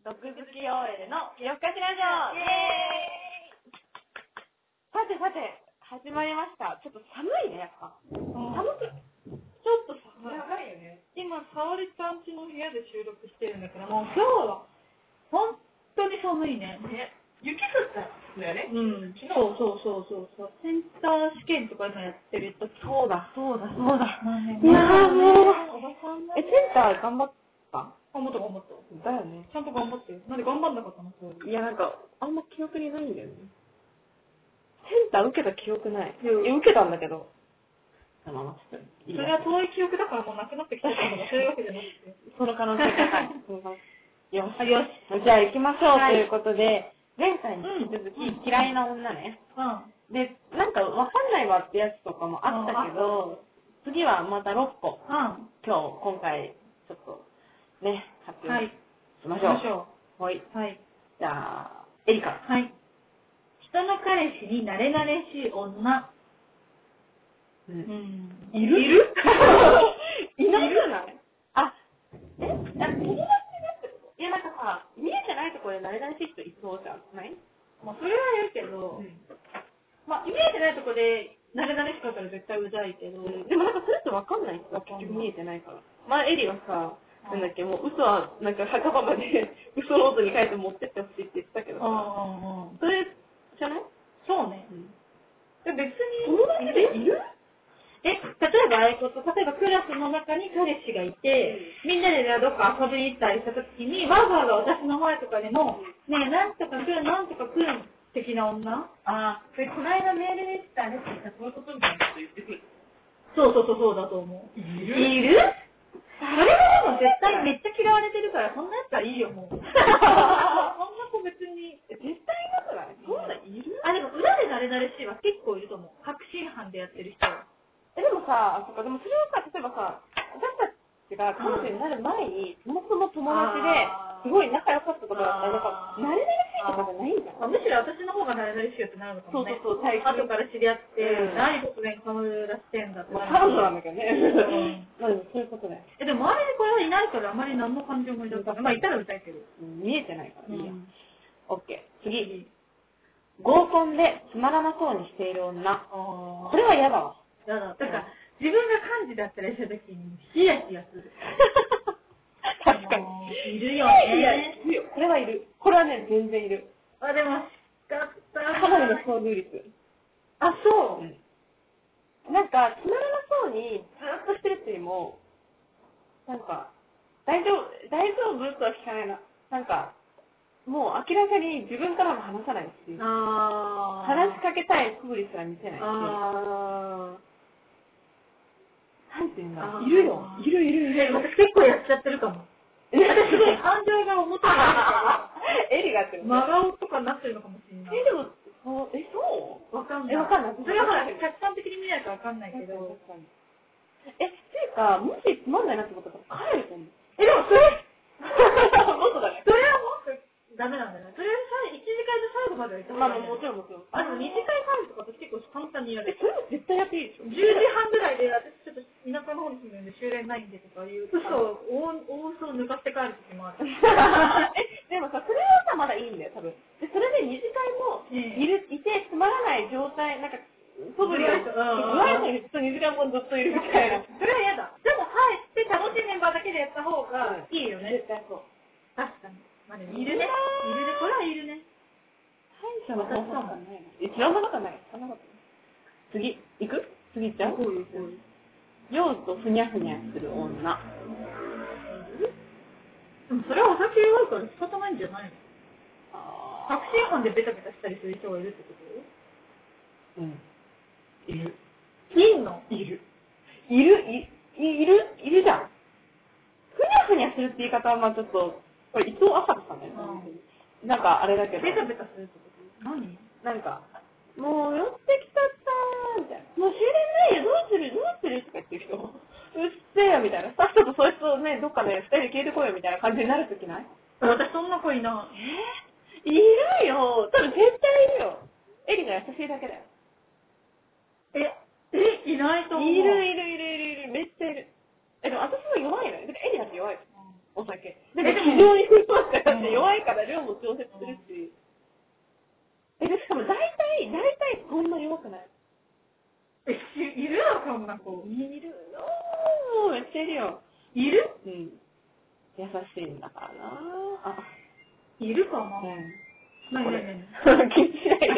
毒好き OL の夜更かしラジオ。イエーイ。さてさて始まりました。ちょっと寒いね、やっぱ。寒くちょっと寒い。やばいよね。 今、沙織ちゃん家の部屋で収録してるんだけど、もう今日は本当に寒いね。 雪降ったんだよね。 うん。そう。センター試験とか今やってると。 そうだ。いやーもう。 おばさんだね。 センター頑張った？ 頑張った。 だよね。 ちゃんと頑張ってよ。なんで頑張んなかったの？ いや、なんか、あんま記憶にないんだよね。センター受けた記憶ない。いや、受けたんだけど。 それは遠い記憶だからもうなくなってきたからそういうわけじゃなくて。 その可能性高い。よし。じゃあ行きましょう、ということで、前回に引き続き、嫌いな女ね。で、なんかわかんないわってやつとかもあったけど、次はまた6個。今回、ちょっと、ね、発表しましょう。はい。じゃあ、エリカ。 はい。人の彼氏に慣れ慣れしい女。 いるいなくない？友達だってこと？いや、なんかさ、見えてないところで慣れ慣れしい人いそうじゃない？ まあ、それは言うけど、まあ、見えてないところで慣れ慣れしかったら絶対うざいけど、 でもなんかそれってわかんない人は結局見えてないから。エリはさ、なんだっけ、もう嘘は、なんか墓場まで嘘ノートに書いて持ってってほしいって言ってたけどさ、それじゃない？ そうね。別に、 友達でいる？ 例えばクラスの中に彼氏がいて、みんなでどっか遊びに行ったりしたときに、わざわざ私の前とかでも、ねえ、なんとか来る的な女？ それこの間メールでしたねって言ったらそういうことみたいなこと言ってくる。 そうだと思う。 いる？ それはでも絶対めっちゃ嫌われてるから、そんなやつはいいよ、もう。そんな子別に。 絶対いなくない？そんなんいる？ でも裏で慣れ慣れしいは結構いると思う。確信犯でやってる人は。 でもさ、でもそれはさ、例えばさ、私たちが彼女になる前に、そもそも友達ですごい仲良かったことだったら、慣れ慣れしいとかじゃないんじゃん。 むしろ私の方が慣れ慣れしいよってなるのかもね。後から知り合って、何突然彼女らしてんだって。 彼女なんだけどね。そういうことだよ。 でも周りにこれはいないからあまり何の感情も抱かない。まあいたら歌いけど。 見えてないからいいや。オッケー。次。合コンでつまらなそうにしている女。これは嫌だわ。 だから自分が幹事だったりした時にヒヤヒヤする。 確かに。 いるよね。 これはいる。これはね、全然いる。 でも、 かなりの遭遇率。 そう。 なんか、つまらなそうにずっとしてるっていうよりも、なんか、大丈夫とは聞かないな。なんか、もう明らかに自分からも話さないし、話しかけたい素振りすら見せないし、なんていうんだ、いるよ。いる。 私結構やっちゃってるかも。私すごい感情が重たいな。 エリがやってる。 真顔とかになってるのかもしれない。 でも、そうわかんない。それはほら、客観的に見ないとわかんないけど。 っていうか、もしつまんないなってことだったら帰ると思う。 でもそれもっとだね。 それはもっとダメなんだよね。それは1次会で最後までは行ったまあもちろん。 でも2次会帰るとか私結構簡単にやる。 それは絶対やっていいでしょ。 10時半ぐらいで、私ちょっと田舎の方に住むんで終電ないんでとかいう嘘を抜かして帰る時もある。 でもさ、それはさ、まだいいんだよ、多分。で、それで2次会もいてつまらない状態、なんか、素振りを、言われたらずっと2時間もずっといるみたいな。 それは嫌だ。でも帰って楽しいメンバーだけでやった方がいいよね。 絶対そう。 確かに。いるね。これはいるね。 敗者の方法がないな。そんなことない。次、行く？次行っちゃう？酔うとふにゃふにゃする女。 でもそれはお酒弱いから仕方ないんじゃないの？確信犯でベタベタしたりする人がいるってこと？ いる。 いんの？ いるじゃん。ふにゃふにゃするって言い方はまあちょっと、これ伊藤麻子さんだよね。なんかあれだけど。 ベタベタするってこと？何？ なんか、もう酔ってきちゃったーみたいな。もう終電ないよ、どうするとか言ってる人。うっせーよみたいな。さっさとそいつをね、どっかで2人で消えてこいよみたいな感じになるときない？ 私そんな子いない。 いるよ。多分絶対いるよ。エリが優しいだけだよ。 いないと思う。 いる。めっちゃいる。でも私も弱いのよ。エリだって弱い。お酒。でも非常に振り回して、だって弱いから量も調節するし。で、しかも大体そんな弱くない。 いるのそんな子。 いるのめっちゃいるよ。 いる？ うん。優しいんだからな。あ、 いるかな。 何気にしないで。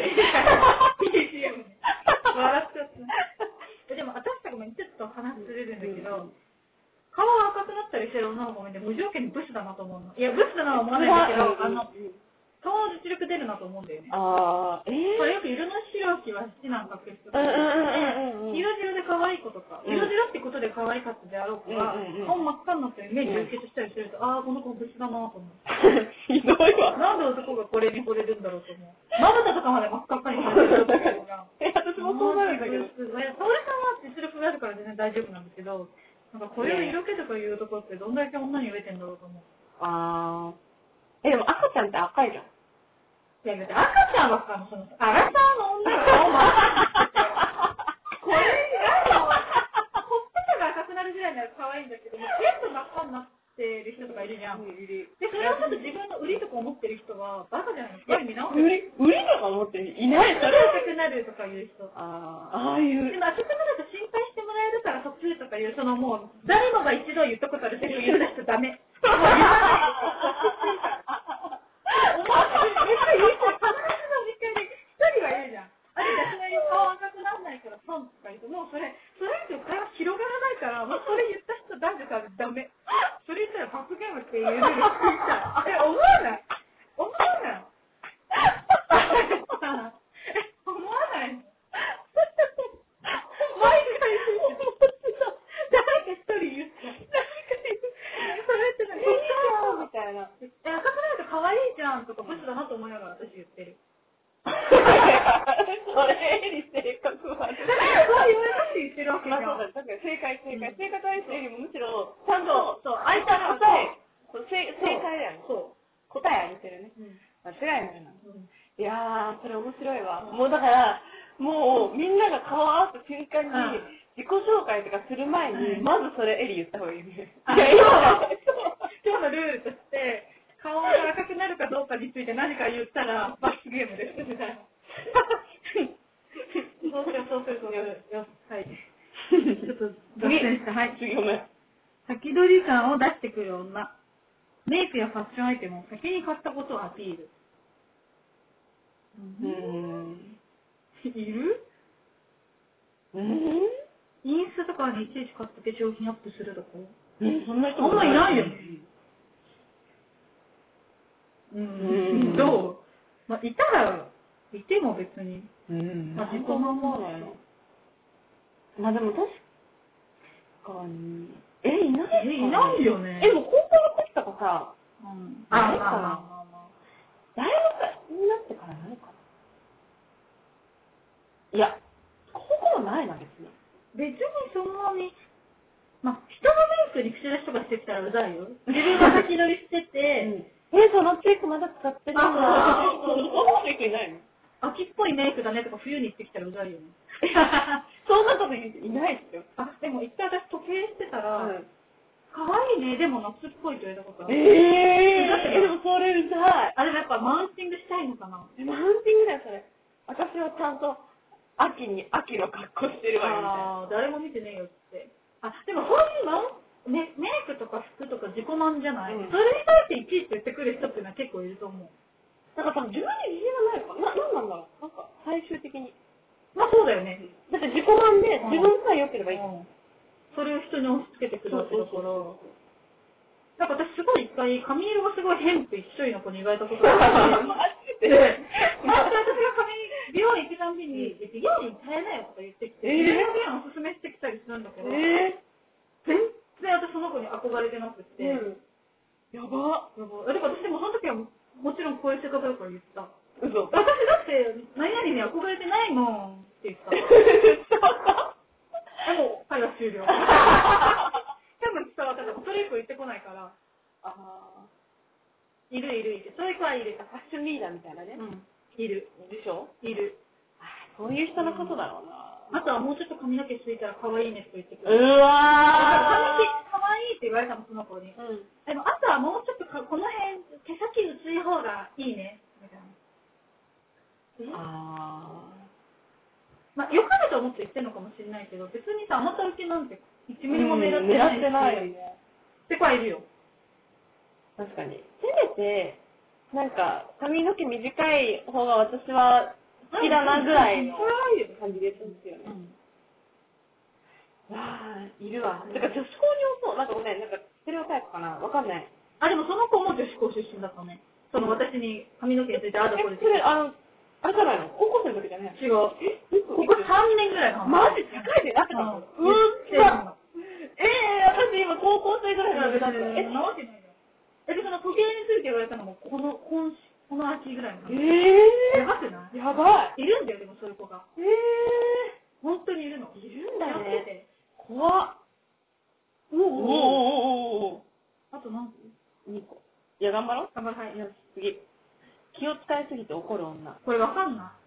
笑っちゃった。でも私とかもちょっと話ずれるんだけど、顔が赤くなったりしてる女の子見て無条件にブスだなと思うの。いや、ブスだなは思わないんだけど、顔の実力出るなと思うんだよね。 ああ、 これよく色の白きは七難隠すとか、色白で可愛い子とか、色白ってことで可愛かったであろう子が、顔真っ赤になって目充血したりすると、ああ、この子ブスだなと思う。 ひどいわ。 なんで男がこれに惚れるんだろうと思う。まぶたとかまで真っ赤っかにされてるだから。 私もそうなるんだけど。 沙織さんは実力があるから全然大丈夫なんですけど、なんかこれを色気とかいうところってどんだけ女に飢えてんだろうと思う。 ああ。でも赤ちゃんって赤いじゃん。 いや、だって赤ちゃんはさ、その、アラサーの女が顔真っ赤になってこれ、ほっぺたが赤くなるぐらいなら可愛いんだけど、全部真っ赤になってる人とかいるじゃん。で、それをちょっと自分の売りとか思ってる人は、バカじゃないの？これ見直す。 売りとか思ってるいない。 それ赤くなるとかいう人。 ああいう。 でも赤くなると心配してもらえるからそっちとかいう、そのもう、誰もが一度言ったことあるセリフ言う人ダメ。もう言わないで。思ってる。めっちゃ言う人、必ずの実家で一人はいるじゃん。あれ、私なりに顔赤くなんないから損とか言うと、もうそれ以上会話広がらないから、もうそれ言った人男女からダメ。それ言ったら罰ゲームっていうルール作りたい。思わない思わない思わない毎回誰か一人言って。それって何？いいじゃんみたいな。赤くなると可愛いじゃんとかブスだなと思いながら私言ってる。 それに性格は。 そう言われて言ってるわけじゃん。 まあそうだ、確かに正解対してよりもむしろちゃんと相手の答え正解だよね。 そう答えあげてるね。間違いないな。いやーそれ面白いわ。もうだからもうみんなが顔を合わせた瞬間に自己紹介とかする前にまずそれエリ言った方がいいね。 今日のルールとして顔が赤くなるかどうかについて何か言ったら罰ゲームですみたいな。そうする。よはい。ちょっと脱線した。はい。 次ごめん。 先取り感を出してくる女。メイクやファッションアイテムを先に買ったことをアピール。いる？インスタとかにいちいち買った化粧品アップするとか。 そんな人あんまいないよね。どう？まあ、いても別に。 まあ、自己満もないな。まあでも確かに。いないよね。でも高校の時とかさ、誰か大学になってから何かな。いや、高校はないな、別に。 別にそんなに、まあ、人のメイクに口出しとかしてきたらうざいよ。自分が先取りしてて、 そのチェックまだ使ってるんだ。そのメイクいないの？ 秋っぽいメイクだねとか冬に言ってきたらうざいよね。 そんなこといないですよ。 でも一回私時計してたら、可愛いね、でも夏っぽいと言われたことある。 でもそれうざい。 でもやっぱマウンティングしたいのかな。 マウンティングだよ、それ。私はちゃんと秋の格好してるわよ、みたいな。 誰も見てねえよって。でもそういうメイクとか服とか自己満じゃない、それに対していちいち言ってくる人っていうのは結構いると思う。 なんか多分自分に自信がないのかな。なんだろう。なんか最終的に。 まあそうだよね。 だって自己満で自分さえ良ければいい。 それを人に押し付けてくるわけだから。なんか私すごい一回髪色がすごい変って一緒の子に言われたことがあって。マジで？私が美容院行くたんびに美容院変えなよとか言ってきて、美容院おすすめしてきたりするんだけど、全然私その子に憧れてなくって。やば。だから私でもその時はもちろんこういう性格だから言った。嘘。私だって何々に憧れてないもんって言った。でも会話終了。多分伝わったからそれ以降言ってこないから。いる。そういう子はいる。 ファッションリーダーみたいなね。 いる。 でしょ？ いる。 そういう人のことだろうな。 あとはもうちょっと髪の毛ついたら可愛いねと言ってくる。うわー。 可いいって言われたもん、その子に。でも、あとはもうちょっとこの辺、毛先薄い方がいいね、みたいな。まあ、良かれと思って言ってるのかもしれないけど、別にさ、あなた受けなんて1ミリも狙ってないし。 狙ってないよね。 って子はいるよ。 確かに。せめて、なんか、髪の毛短い方が私は好きだなぐらいの感じですよね。わあ、いるわ。だから女子校に多そう。なんかごめん、なんかステレオタイプかなわかんない。 あ、でもその子も女子校出身だったね。その私に髪の毛についてあだこれそれ、あれじゃないの高校生の時じゃない違う。ここ3年ぐらいかな。 マジ高いでなってたの私今高校生ぐらいの時だった。 なわけないよ。で、その時計について言われたのも、この秋ぐらいの。やばくない？ やばい。 いるんだよ、でもそういう子が。本当にいるの。 いるんだね。怖っ。 あと何個 ?2 個。いや、頑張ろう。 頑張る。はい。 よし、次。気を使いすぎて怒る女。 これわかんない。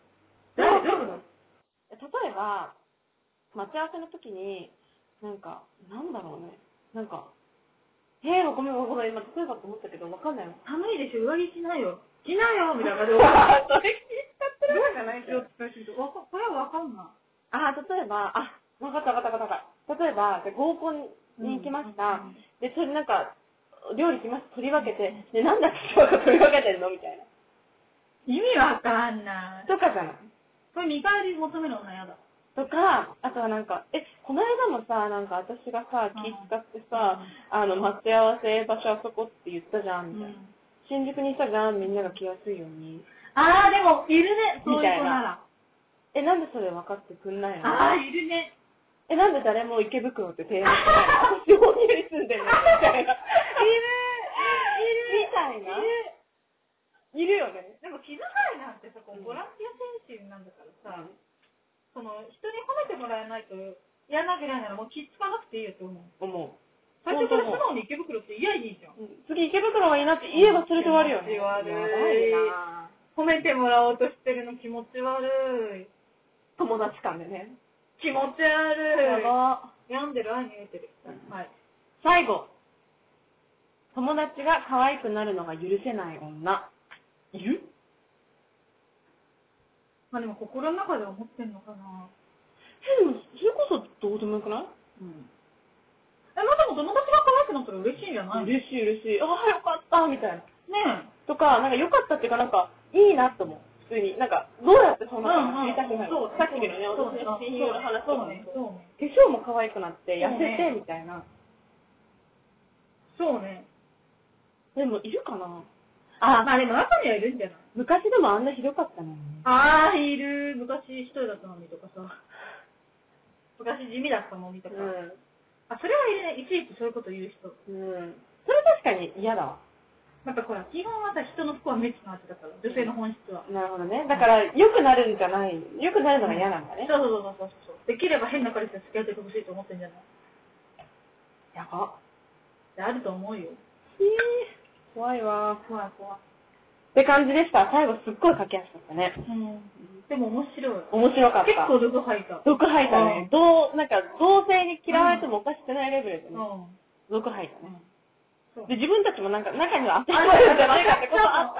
大丈夫？例えば、待ち合わせの時に、なんか、なんだろうね。なんか、ごめん、今、例えばと思ったけど、わかんないよ。 寒いでしょ、上着着なよ。着なよみたいな感じで。 それ聞いちゃってるわけじゃないけど。 これはわかんない。 例えば、わかった。例えば、合コンに行きました。で、それなんか、料理来ました。取り分けて。で、なんだって今日取り分けてるのみたいな。 意味わかんない。 とかじゃない。 これ見返り求める女やだ。 とか、あとはなんか、この間もさ、なんか私がさ、気使ってさ、待ち合わせ場所あそこって言ったじゃん、みたいな。新宿にいたじゃん、みんなが来やすいように。 でも、いるね、そういう子なら。 なんでそれ分かってくんないの？ いるね。 なんで誰も池袋って提案しないの？私、大宮に住んでるのみたいな。みたいな。いるよね。 でも気遣いなんてさ、ボランティア精神なんだからさ、その人に褒めてもらえないとやらなきゃいけないならもう気付かなくていいよって思う。最初から素直に池袋って言えばいいじゃん。 次池袋がいいなって言えばそれで終わるよね。 気持ち悪いな。褒めてもらおうとしてるの気持ち悪い。 友達間でね。 気持ち悪い。 やば。 病んでる愛に見えてる。はい。 最後。友達が可愛くなるのが許せない女。いる？ でも心の中では思ってんのかな。 でも、それこそどうでもよくない？ でも友達が可愛くなったら嬉しいんじゃない？ 嬉しい。よかったみたいな。 ねえ。 とか、なんかよかったっていうか、なんか、いいなと思う。普通に。なんか、どうやってそんなの知りたくなる？さっきのね、私の親友の話とかね。化粧も可愛くなって、痩せて、みたいな。 そうね。 でも、いるかな？ でも中にはいるんじゃない？ 昔でもあんなひどかったのに。 いる。昔一人だったのにとかさ。昔地味だったのにとか。それはいるね。いちいちそういうこと言う人。 それ確かに嫌だわ。 やっぱほら、基本はさ、人の不幸は目つながってたから、女性の本質は。 なるほどね。だから、良くなるんじゃない。良くなるのが嫌なんだね。 そう。できれば変な彼氏と付き合ってほしいと思ってんじゃない？ やば。 あると思うよ。 怖いわ。 怖い。 って感じでした。最後すっごい駆け足だったね。 でも面白い。 面白かった。 結構毒吐いた。 毒吐いたね。なんか、同性に嫌われてもおかしくないレベルでね。毒吐いたね。で、自分たちもなんか、中にはあってるんじゃないかってことあった。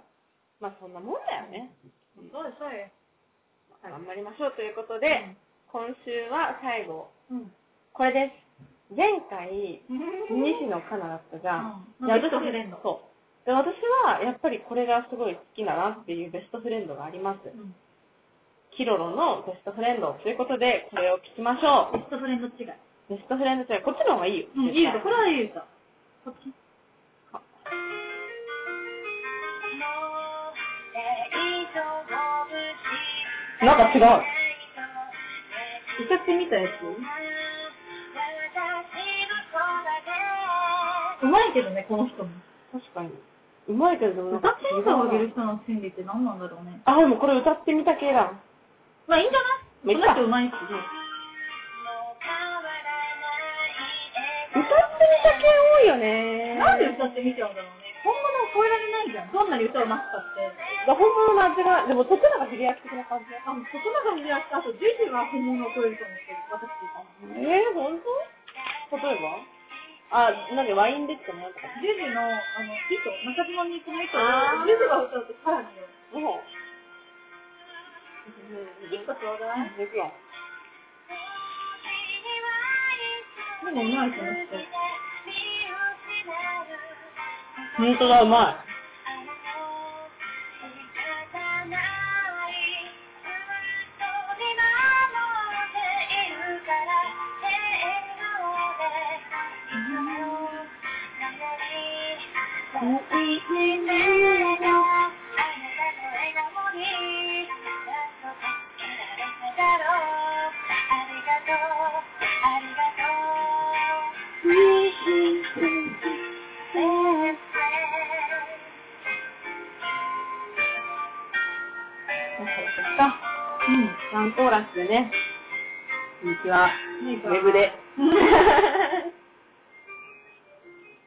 まあ、そんなもんだよね。 そうです。 頑張りましょうということで、今週は最後、これです。前回、西野カナだったじゃん。 ベストフレンド。 そう。で、私は、やっぱりこれがすごい好きだなっていうベストフレンドがあります。キロロのベストフレンドということで、これを聞きましょう。 ベストフレンド違い。 ベストフレンド違い。こっちの方がいいよ。 いいよ。これはいいよ。こっち。 なんか違う。 歌ってみたやつ？うまいけどね、この人も。 確かに。うまいけど、 歌ってみたをあげる人の心理って何なんだろうね。 でもこれ歌ってみた系だ。 まあいいんじゃない？この人うまいし。歌ってみた系多いよね。 なんで歌ってみちゃうんだろうね。本物を超えられないじゃん。どんなに歌うまくたって。 本物の味が、でも徳永英明的な感じだ。 徳永英明、あとジェジュが本物を超えると思ってる。私。 本当？ 例えばなんでワインレッドのやつか。 ジュジュの、糸、中島みゆきの糸を、ジュジュが歌うとさらによ。一個ちょうだい。 できよ。 でもうまいこの人。 ほんとだ、うまい。ワンコーラスでね。こんにちは。ウェブで。